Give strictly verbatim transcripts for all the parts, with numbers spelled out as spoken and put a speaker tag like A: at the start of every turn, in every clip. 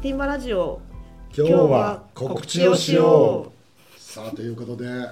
A: ティンバラジオ、
B: 今日は告知をしよう。さあということで、はい、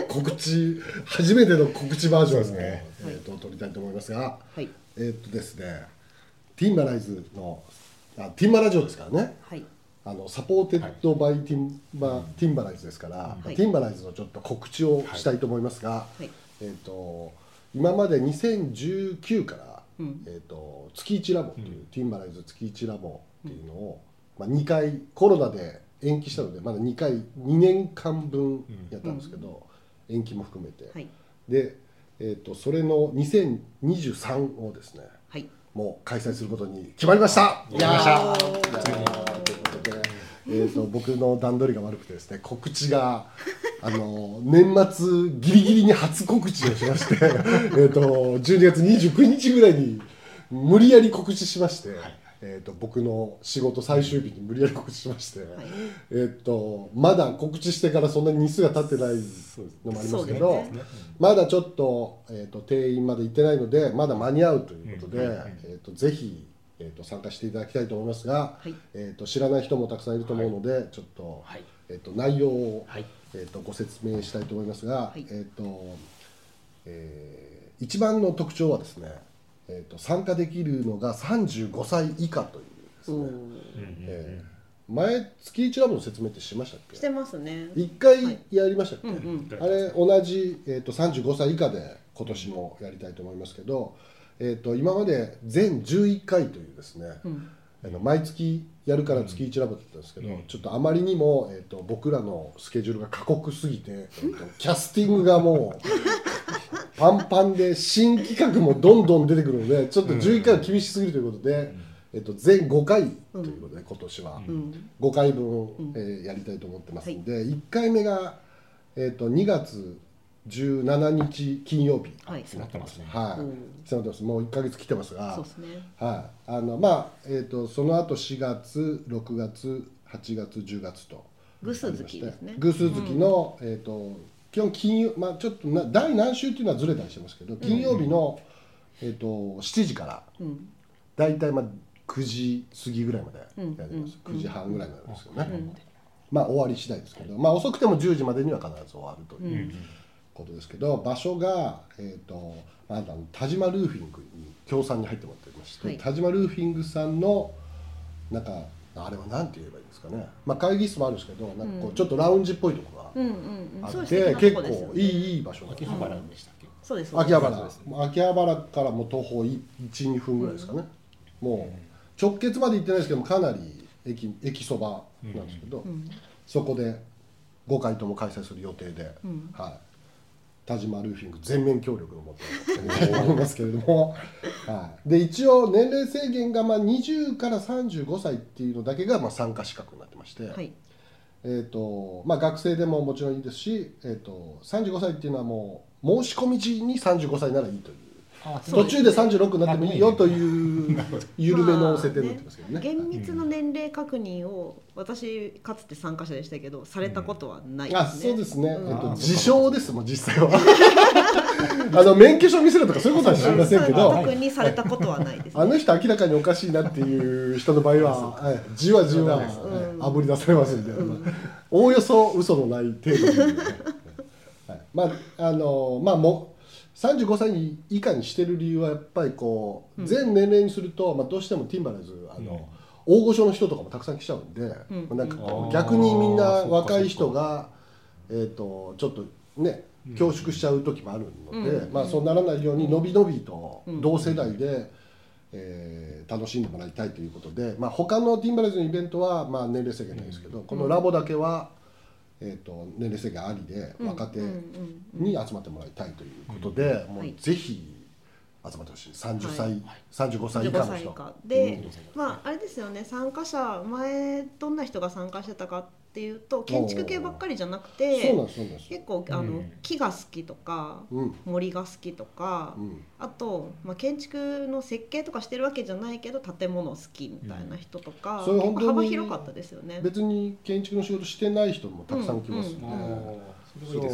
B: 告知初めての告知バージョンですね、はい、えー、と撮りたいと思いますが、はい、えー、っとですねティンバライズのあティンバラジオですからね、はい、あのサポーテッドバイティンバ、はい、ティンバライズですから、はい、ティンバライズのちょっと告知をしたいと思いますが、はい、えー、と今までにせんじゅうきゅうから、うん、えー、と月いちラボっていう、うん、ティンバライズ月いちラボっていうのを、うん、まあ、にかいコロナで延期したのでまだにかいにねんかんぶんやったんですけど、うん、延期も含めて、はい、で、えー、とそれのにせんにじゅうさんをですね、はい、もう開催することに決まりました。
C: 決まりました。
B: ということで、えー、と僕の段取りが悪くてですね、告知があの年末ギリギリに初告知をしましてえとじゅうにがつにじゅうくにちぐらいに無理やり告知しまして、はい、えー、と僕の仕事最終日に無理やり告知しまして、はい、えー、とまだ告知してからそんなに日数が経ってないのもありますけど、ね、まだちょっと、えー、と定員まで行ってないのでまだ間に合うということで、うん、えー、とぜひ、えー、と参加していただきたいと思いますが、はい、えー、と知らない人もたくさんいると思うので、はい、ちょっと、はい、えー、と内容を、はい、えー、とご説明したいと思いますが、はい、えーとえー、一番の特徴はですね、えー、と参加できるのがさんじゅうごさい以下というですね、えー、前月いちラボの説明ってしましたっけ？
A: してますね。
B: いっかいやりましたっけ？はい、うんうん、あれ同じ、えー、とさんじゅうごさい以下で今年もやりたいと思いますけど、えー、と今まで全じゅういっかいというですね、うん、あの毎月やるから月いちラボだったんですけど、うん、ちょっとあまりにも、えー、と僕らのスケジュールが過酷すぎて、えー、とキャスティングがもうパンパンで新企画もどんどん出てくるのでちょっとじゅういっかいは厳しすぎるということで、うん、えっと、全ごかいということで、うん、今年はごかいぶん、うん、えー、やりたいと思ってますので、はい、いっかいめが、えっと、にがつじゅうしちにち金曜日、
C: はい、迫ってますね。
B: はい、うん、迫ってます。もういっかげつ来てますが、
A: そうですね、
B: はい、あのまあ、えっと、その後しがつろくがつはちがつじゅうがつと
A: 偶数月ですね。
B: 偶数月の、うん、えっと基本金曜、まあ、ちょっとな第何週っていうのはずれたりしてますけど、金曜日の、うん、えー、としちじから、うん、だいたいまあくじ過ぎぐらいまでやります、うん、くじはんぐらいになるんですよね、うん、まあ終わり次第ですけど、まあ、遅くてもじゅうじまでには必ず終わるということですけど、場所が、えー、とまあ、田島ルーフィングに協賛に入ってもらっておりまして、はい、田島ルーフィングさんのなんかあれはなんて言えばいいんですかね、まあ、会議室もあるんですけどなんかこうちょっとラウンジっぽいところがあって、うん、結構いいいい場所なんです。
C: 秋葉原でしたっけ？
A: そうです。
B: 秋葉原、秋葉原からも徒歩いち、にふんぐらいですかね、うん、もう直結まで行ってないですけどもかなり 駅, 駅そばなんですけど、うん、そこでごかいとも開催する予定で、うん、はい、田島ルーフィング全面協力のもと思いますけれども、はい、で一応年齢制限がまあにじゅうからさんじゅうごさいっていうのだけがまあ参加資格になってまして、はい、えーとまあ、学生でももちろんいいですし、えーとさんじゅうごさいっていうのはもう申し込み時にさんじゅうごさいならいいという、途中でさんじゅうろくになってもいいよという緩めの設定になってますけどね、まあね、
A: 厳密な年齢確認を私かつて参加者でしたけどされたことはないですね、うん、
B: あそうですね、うん、えっと、自称ですもん実際はあの免許証見せるとかそういうことは知りませんけど
A: 特にされたことはないです、ね、
B: あの人明らかにおかしいなっていう人の場合はじわじわあぶり出されますんで、おおよそ嘘のない程度に、ねはい、まああのまあもさんじゅうごさい以下にしてる理由はやっぱりこう全年齢にすると、まあ、どうしてもティンバライズあの、うん、大御所の人とかもたくさん来ちゃうんで、うん、なんかこう逆にみんな若い人が、えー、とちょっとね恐縮しちゃう時もあるので、うん、まあ、そうならないようにのびのびと同世代で、えー、楽しんでもらいたいということで、まあ、他のティンバライズのイベントはまあ年齢制限ないですけど、このラボだけはえー、と年齢制限ありで若手に集まってもらいたいということで、もうぜひ集まってほしい。さんじゅっさい、はい、さんじゅうごさい以下の人
A: で、うん、まああれですよね、参加者前どんな人が参加してたかっていうと建築系ばっかりじゃなくて、
B: そうなんですそうなんです、
A: 結構あの、うん、木が好きとか、うん、森が好きとか、うん、あと、まあ、建築の設計とかしてるわけじゃないけど建物好きみたいな人とか、うん、結構幅広かったですよね。
B: 別に建築の仕事してない人もたくさん来ますね、
C: すごいですね。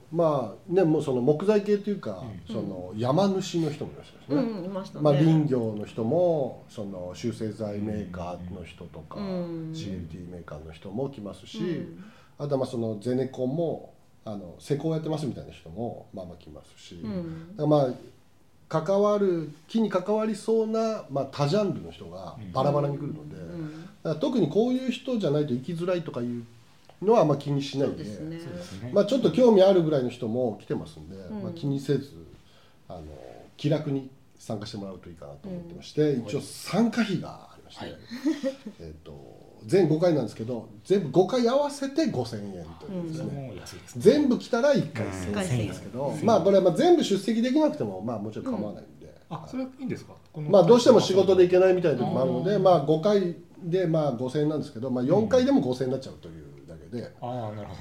B: まあね、もうその木材系というか、うん、その山主の人もいらっしゃるんですね、
A: うん、いましたね。
B: まあ、林業の人もその集成材メーカーの人とか、うん、シーエルティー メーカーの人も来ますし、うん、あとはまあそのゼネコンもあの施工やってますみたいな人もまあまあ来ますし、うん、だからまあ関わる木に関わりそうな、まあ、多ジャンルの人がバラバラに来るので、うん、だから特にこういう人じゃないと生きづらいとかいうのはあんま気にしないで、で、ね、まあ、ちょっと興味あるぐらいの人も来てますんで、うん、まあ、気にせずあの気楽に参加してもらうといいかなと思ってまして、うん、一応参加費がありまして、はい、えーと全ごかいなんですけど全部ごかい合わせてごせんえんというですね、うん、全部来たらいっかいせんえんですけど、うん、まあこれはまあ全部出席できなくてもまあもちろん構わないんで、
C: うん、あそれはいいんですか。
B: まあどうしても仕事で行けないみたいな時もあるので、まあごかいでまあごせんえんなんですけど、まあ、よんかいでもごせんえんになっちゃうというだけで、うん、ああなる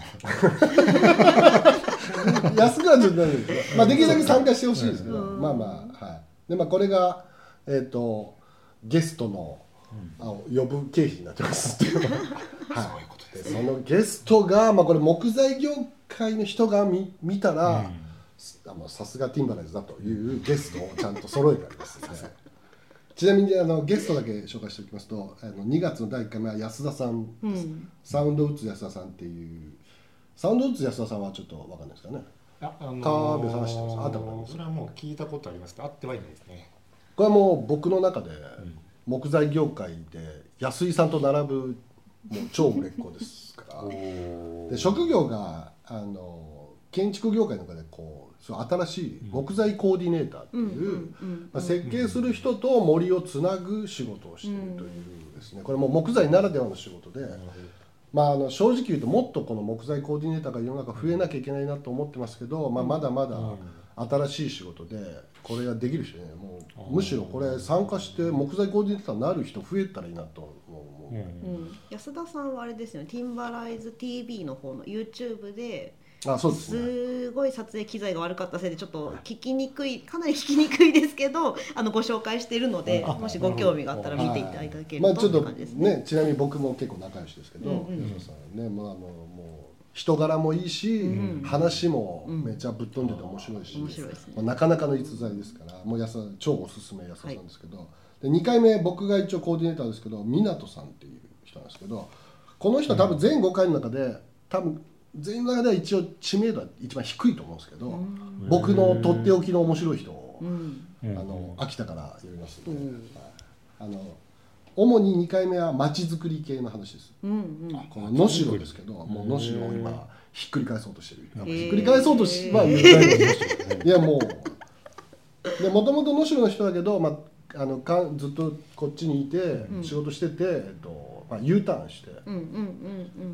B: ほど安くはちょっとないんですけど、まあ、できるだけ参加してほしいですけど、まあまあはいで、まあ、これが、えーと、ゲストの、うん、あ呼ぶ経費になってますっていう、はい、そういうことですね。そのゲストが、まあ、これ木材業界の人が 見, 見たら、うん、さすがティンバライズだというゲストをちゃんと揃えてありますねちなみにあのゲストだけ紹介しておきますと、あのにがつのだいいっかいめは安田さんです、うん、サウンドウッズ安田さんっていうサウンドウッズ安田さんはちょっと分かんないですかね。あ、あのー、川辺さんは知ってます。あったことあります。
C: それはもう聞いたことありますけど会ってはいないですね。
B: これはもう僕の中で、うん、木材業界で安井さんと並ぶもう超売れっ子ですからで職業があの建築業界の中でこう新しい木材コーディネーターっていう設計する人と森をつなぐ仕事をしているというですね、これも木材ならではの仕事で、まあ、あの正直言うともっとこの木材コーディネーターが世の中増えなきゃいけないなと思ってますけど、まあ、まだまだ新しい仕事でこれができる人ね、もうむしろこれ参加して木材コーディネーターになる人増えたらいいなと思う、うん
A: うん、安田さんはあれですよね、ティンバライズ ティーブイ の方の YouTube で
B: あそうですね、
A: すごい撮影機材が悪かったせいでちょっと聞きにくい、かなり聞きにくいですけどあのご紹介しているので、もしご興味があったら見ていただけるとって感じですね。
B: まあ、ちょっとね、ちなみに僕も結構仲良しですけど、うんうん、安田さんね、まあ、あのもう人柄もいいし、うん、話もめちゃぶっ飛んでて面白いし、うん、面白いですね、まあ、なかなかの逸材ですから、もう安田超おすすめ安田さんですけど、はい、でにかいめ僕が一応コーディネーターですけど湊さんっていう人なんですけど、この人は多分全ごかいの中で多分全員の中では一応知名度は一番低いと思うんですけど、僕のとっておきの面白い人を、うん、あの秋田から呼びますので、うん、あの主ににかいめはまちづくり系の話です、うんうん、この能代ですけど、もう能代を今ひっくり返そうとしてる、ひっくり返そうとしは言うぐらいの能代いやもうでもともと能代の人だけど、まあ、あのかずっとこっちにいて仕事してて、えっとまあ、U ターンして、うんうんうんうん、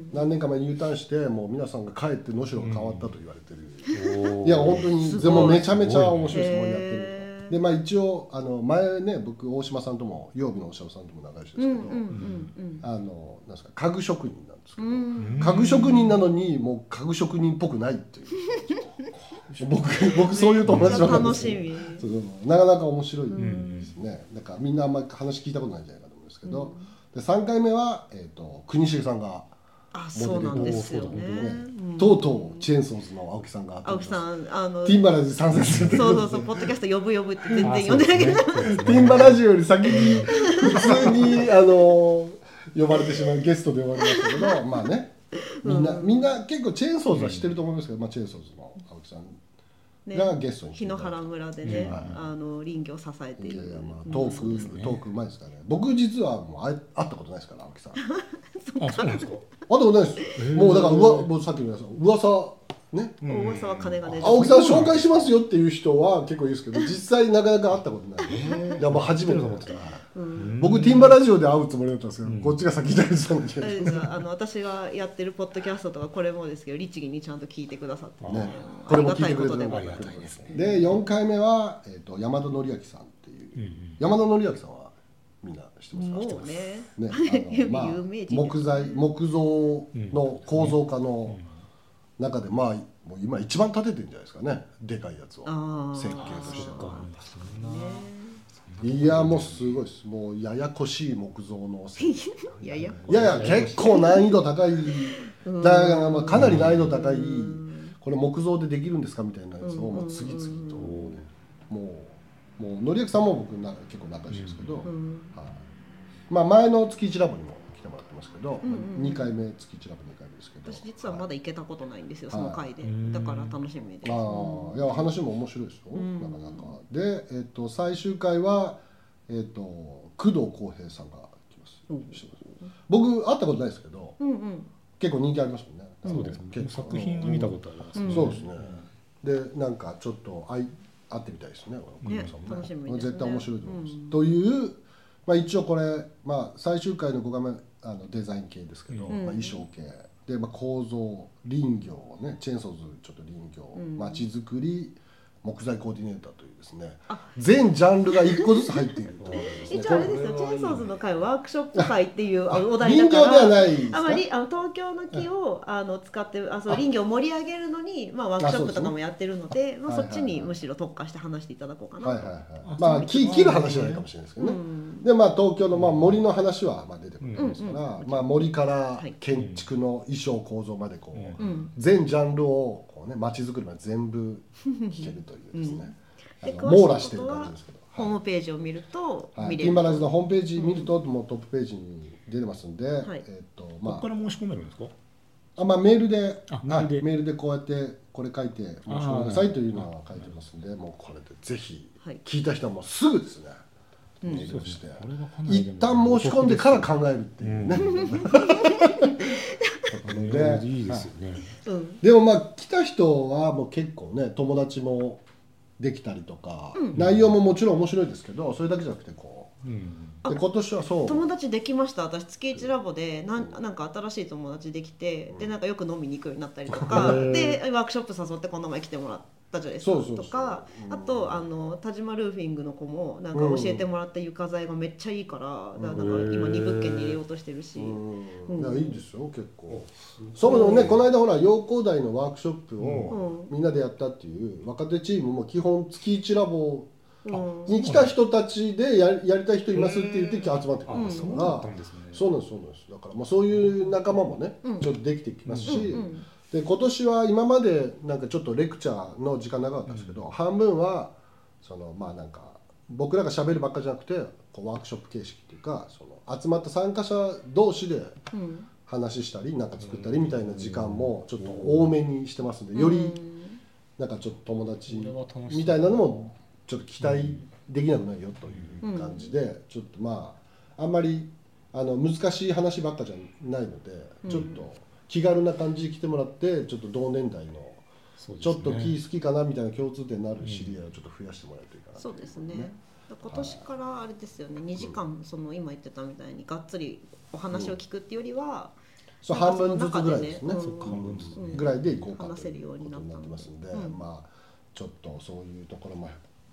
B: 何年か前に U ターンしてもう皆さんが帰って能代が変わったと言われてる、うん、いや本当にでもめちゃめちゃ面白いです、もうやってるで、まあ、一応あの前ね僕大島さんとも曜日の大島さんとも仲良しですけど、うんうんうんうん、あのなんですか家具職人なんですけど、うん、家具職人なのにもう家具職人っぽくないっていう僕, 僕そういう友達は楽しみそうそうなかなか面白いですね、うん、なんかみんなあんまり話聞いたことないんじゃないかと思うんですけど、うんでさんかいめは、えー、と国重さんが
A: あそうなんですよね、
B: うん、とうとうチェーンソーズの青木さんが
A: 青木さんあの
B: ティンバラジオ参戦する
A: そうそうそうポッドキャスト呼ぶ呼ぶって全然呼んでないけど、ね、
B: ティンバラジオより先に普通にあの呼ばれてしまうゲストで呼ばれましたけどまあねみんな、うん、みんな結構チェーンソーズは知ってると思いますけど、まあ、チェーンソーズの青木さんね、がゲストに
A: 檜原村でね、うんはい、あの林業を支えている。いやいや、まあ、
B: トーク、うんね、トークうまいですからね。僕実はもう会ったことないですから青木さん。
C: あ、そうなんですか。会った
B: ことないです。えー、もうだからうわもうさっきの噂ね。
A: 噂は金が出る。
B: 青木さん紹介しますよっていう人は結構いいですけど、実際なかなか会ったことない。えー、いやもう初めてと思ってたから。うん、僕ティンバラジオで会うつもりだったんですけど、うん、こっちが先に出てたんで
A: あの私がやってるポッドキャストとかこれもですけど律儀にちゃんと聞いてくださって、ね、
B: これも聞いてくれてるありがたいですね。でよんかいめは、えー、と山田紀明さんっていう、うんうん、山田紀明さんはみんな知ってますか？
A: もうね、
B: ねあのまあ、木材木造の構造化の中で、まあもう今一番建ててるんじゃないですかね、でかいやつを設計としては。いやもうすごいです。もうややこしい木造の
A: いやいや
B: いやいや結構難易度高いだから、まあ、かなり難易度高いこれ木造でできるんですかみたいなやつをもう次々と、ね、もうもうのりやくさんも僕な結構仲良しですけど、うん、はい、まあ前の月一ラボにも来てもらってますけど、うんうん、にかいめ月一ラボにかいめですけど、
A: 私実はまだ行けたことないんですよ、はい、その回で、だから楽しみです。
B: ああ、いや話も面白いですよ、うん、なかなかで、えー、と最終回は、えー、と工藤浩平さんが来ます、うん、僕会ったことないですけど、うんうん、結構人気ありますもんね。
C: そうですね、作品見たことありますね、
B: うん、そうですね、でなんかちょっと会い会ってみたいですね、
A: ね、楽しみですね、
B: 絶対面白いと思います、うん、という、まあ、一応これ、まあ、最終回のごかいめあのデザイン系ですけど、うん、まあ、衣装系で、まあ、構造林業ね、チェーンソーズちょっと林業まち、うん、づくり木材コーディネーターというですね、全ジャンルがいっこずつ入っているというですね。
A: 一応あれですよ、チェーンソーズの会ワークショップ会っていうお題
B: だから、林業ではないですか。
A: あまりあの東京の木をあの使ってあそう林業を盛り上げるのに、まあ、ワークショップとかもやってるので、まあ、そっちにむしろ特化して話していただこうかなと。はいはいはい、
B: まあ木切る話じゃないかもしれないですけどね。うん、でまあ東京のまあ森の話はまあ出てくるんですから、うんうん、まあ森から建築の衣装構造までこう、うん、全ジャンルをこうね街づくりまで全部聞けるというですね。うん、網羅してる感じですけど、
A: ホームページを見ると見れる、はい、
B: ティンバラーズのホームページ見ると、うん、もうトップページに出てますんで、はい、えーとまあ、
C: ここから申し込めるんですか？
B: あ、まあ、メールであメールで、はい、メールでこうやってこれ書いて申し込みなさいというのは書いてますんで、もうこれでぜひ聞いた人はもうすぐですね、はい、メールして、うん、一旦申し込んでから考えるっていうね、
C: うん、でいいですよね、
B: はい、でもまあ来た人はもう結構ね友達もできたりとか、うん、内容ももちろん面白いですけど、それだけじゃなくてこう、うん、で今年はそう
A: 友達できました。私月一ラボでなん、なんか新しい友達できて、うん、でなんかよく飲みに行くようになったりとかでワークショップ誘ってこの前来てもらったじゃないですか。そうそうそうとか、うん、あとあの田島ルーフィングの子もなんか教えてもらった床材がめっちゃいいから、うん、だからなんか今に物件に入れようとしてるし、うん
B: うん、いやいいですよ結構。そもそもね、この間ほら陽光台のワークショップをみんなでやったっていう若手チームも基本月一ラボに来た人たちで や, やりたい人いますって言って集まってくるんですから、そうなんですね。そうなんですそうなんです。だからまあそういう仲間もね、うん、ちょっとできてきますし、うんうん、で今年は今までなんかちょっとレクチャーの時間長かったんですけど、うん、半分はそのまあなんか僕らが喋るばっかじゃなくてこうワークショップ形式っていうか、その集まった参加者同士で話したりなんか作ったりみたいな時間もちょっと多めにしてますんで、よりなんかちょっと友達みたいなのもちょっと期待できなくないよという感じで、うん、ちょっとまああんまりあの難しい話ばっかじゃないので、うん、ちょっと気軽な感じで来てもらってちょっと同年代の、ね、ちょっと木好きかなみたいな共通点のある知り合いをちょっと増やしてもらえるといいかなと、
A: ね、そうですね。今年からあれですよね、にじかんその今言ってたみたいにがっつりお話を聞くっていうよりは、
B: うん、そう半分ずつぐらいですね、うん、半分ずつぐらいでいこうかということになってますんで、うん、まあちょっとそういうところも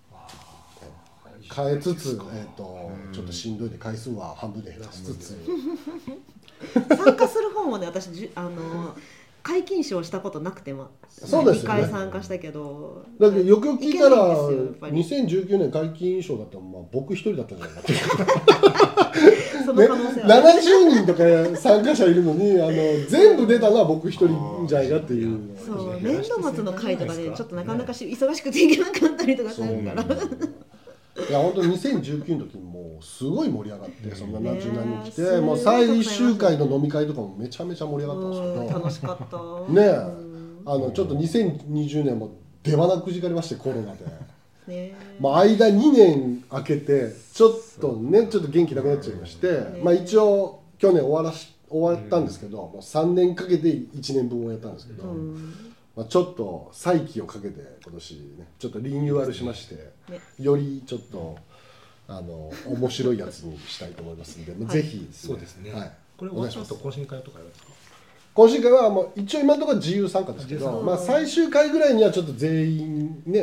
B: 変えつつ、えー、とちょっとしんどいで回数は半分で減らしつつ
A: 参加する方もね、私じあの皆勤賞したことなくても、
B: そうですよね、
A: にかい参加したけど、
B: だけどよくよく聞いたらにせんじゅうきゅうねん皆勤賞だったら、まあ、僕一人だったんじゃないかっていう
A: その可能性は、
B: ね、ななじゅうにんとか参加者いるのにあの全部出たのは僕一人じゃないかっていう。
A: そう年度末の会とかで、ね、ちょっとなかなかし、ね、忙しくていけなかったりとかするから
B: いや本当ににせんじゅうきゅうの時にもうすごい盛り上がって、そんなななじゅうなんにん来て、もう最終回の飲み会とかもめちゃめちゃ盛り上がったんですけど、
A: 楽しかった
B: ねえ、あのちょっとにせんにじゅうねんも出花くじかれまして、コロナで、ね、まあ間にねん空けてちょっとねちょっと元気なくなっちゃいまして、ね、まあ一応去年終わらし終わったんですけど、もうさんねんかけていちねんぶんをやったんですけど、うん、まあ、ちょっと再起をかけて今年ねちょっとリニューアルしまして、ね、よりちょっとあの面白いやつにしたいと思いますので、はい、ぜひ、ね、
C: そうですね、はい、これ終わった後懇親会とかやるんですか？
B: 懇親会はもう一応今のところ自由参加ですけど、まあ、最終回ぐらいにはちょっと全員ね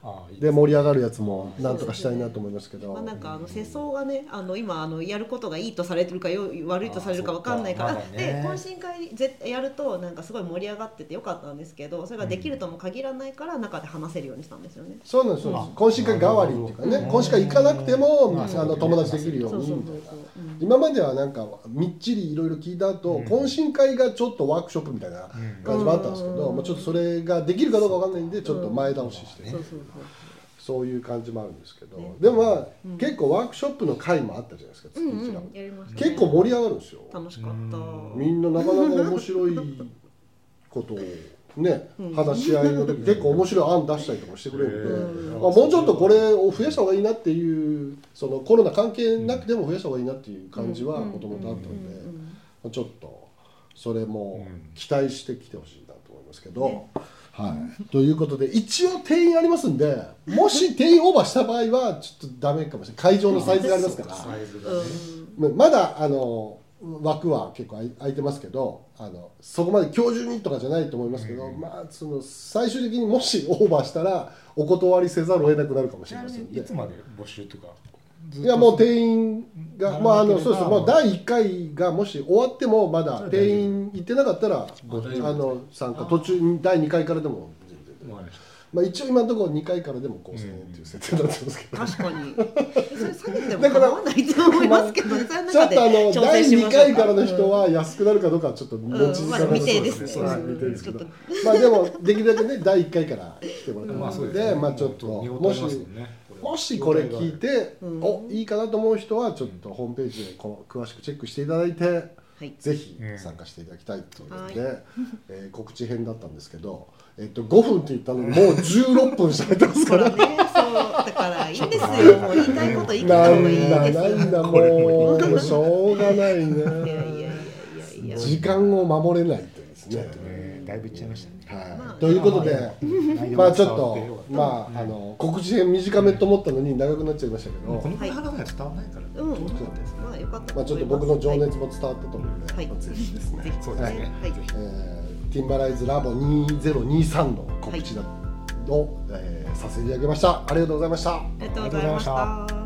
B: で盛り上がるやつもなんとかしたいなと思いますけど、
A: まあ、なんかあの世相がねあの今あのやることがいいとされてるかよ悪いとされるか分かんないから、まで懇親会ぜやるとなんかすごい盛り上がっててよかったんですけど、それができるとも限らないから中で話せるようにしたんですよね。
B: そうなんです、そうです。懇親会代わりっていうかね、懇親会行かなくても、うん、あの友達できるようにみたいな。今まではなんかみっちりいろいろ聞いた後、うん、懇親会がちょっとワークショップみたいな感じもあったんですけど、うん、まあちょっとそれができるかどうかわかんないんでちょっと前倒しして、ね、そういう感じもあるんですけど、ね、でもまあ、うん、結構ワークショップの会もあったじゃないですか、月一ラボ、うんうん、結構盛り上がるんですよ。
A: 楽しかった。
B: みんななかなか面白いことをね、うん、話し合いの時結構面白い案出したりとかしてくれるんで、まあ、もうちょっとこれを増やした方がいいなっていうそのコロナ関係なくても増やした方がいいなっていう感じはもともとあったので、まあ、ちょっとそれも期待してきてほしいなと思いますけど、ね、はい、ということで一応定員ありますんで、もし定員オーバーした場合はちょっとダメかもしれない。会場のサイズがありますから、うん、まだあの枠は結構空いてますけど、あのそこまで今日中にとかじゃないと思いますけど、うん、まあその最終的にもしオーバーしたらお断りせざるを得なくなるかもしれませんで、
C: いつまで募集とか。
B: いやもう定員がまああのそうです。もうだいいっかいがもし終わってもまだ定員いってなかったらあの参加途中にだいにかいからでも全然。まあ、一応今のところにかいからでもごせんえんっていう設定になってますけど、
A: 確かにそれ下げても構わないと思いますけど、ね、
B: まあ、ちょっとあのだいにかいからの人は安くなるかどうかはちょっと持ち時間がそうですね、未定ですけど、まあでもできるだけねだいいっかいから来てもらってますので、まあちょっともしもしこれ聞いておいいかなと思う人はちょっとホームページでこう詳しくチェックしていただいて、はい、ぜひ参加していただきたいということで、はい、えー、告知編だったんですけど、えっと、ごふんって言ったのにもうじゅうろっぷん喋ってますから
A: ね。そうだからいいんですよ、もう言いたいこと言いた方がいいですよ。
B: なんだなんだもうしょうがないね。いやいやいやいや時間を守れないってですね。
C: ちょっとねだいぶいっちゃいましたね。
B: はい、まあ、ということで、まあちょっとまああの告知編短めと思ったのに長くなっちゃいましたけど、
C: この話が伝わらないから。
A: うん、まあよかった。
B: まあちょっと僕の情熱も伝わったと思うので、はい、ぜひですね。
C: そうですね。はい。
B: ティンバライズラボにせんにじゅうさんの告知を、はい、えー、させていただきました。ありがとうございました。
A: ありがとうございました。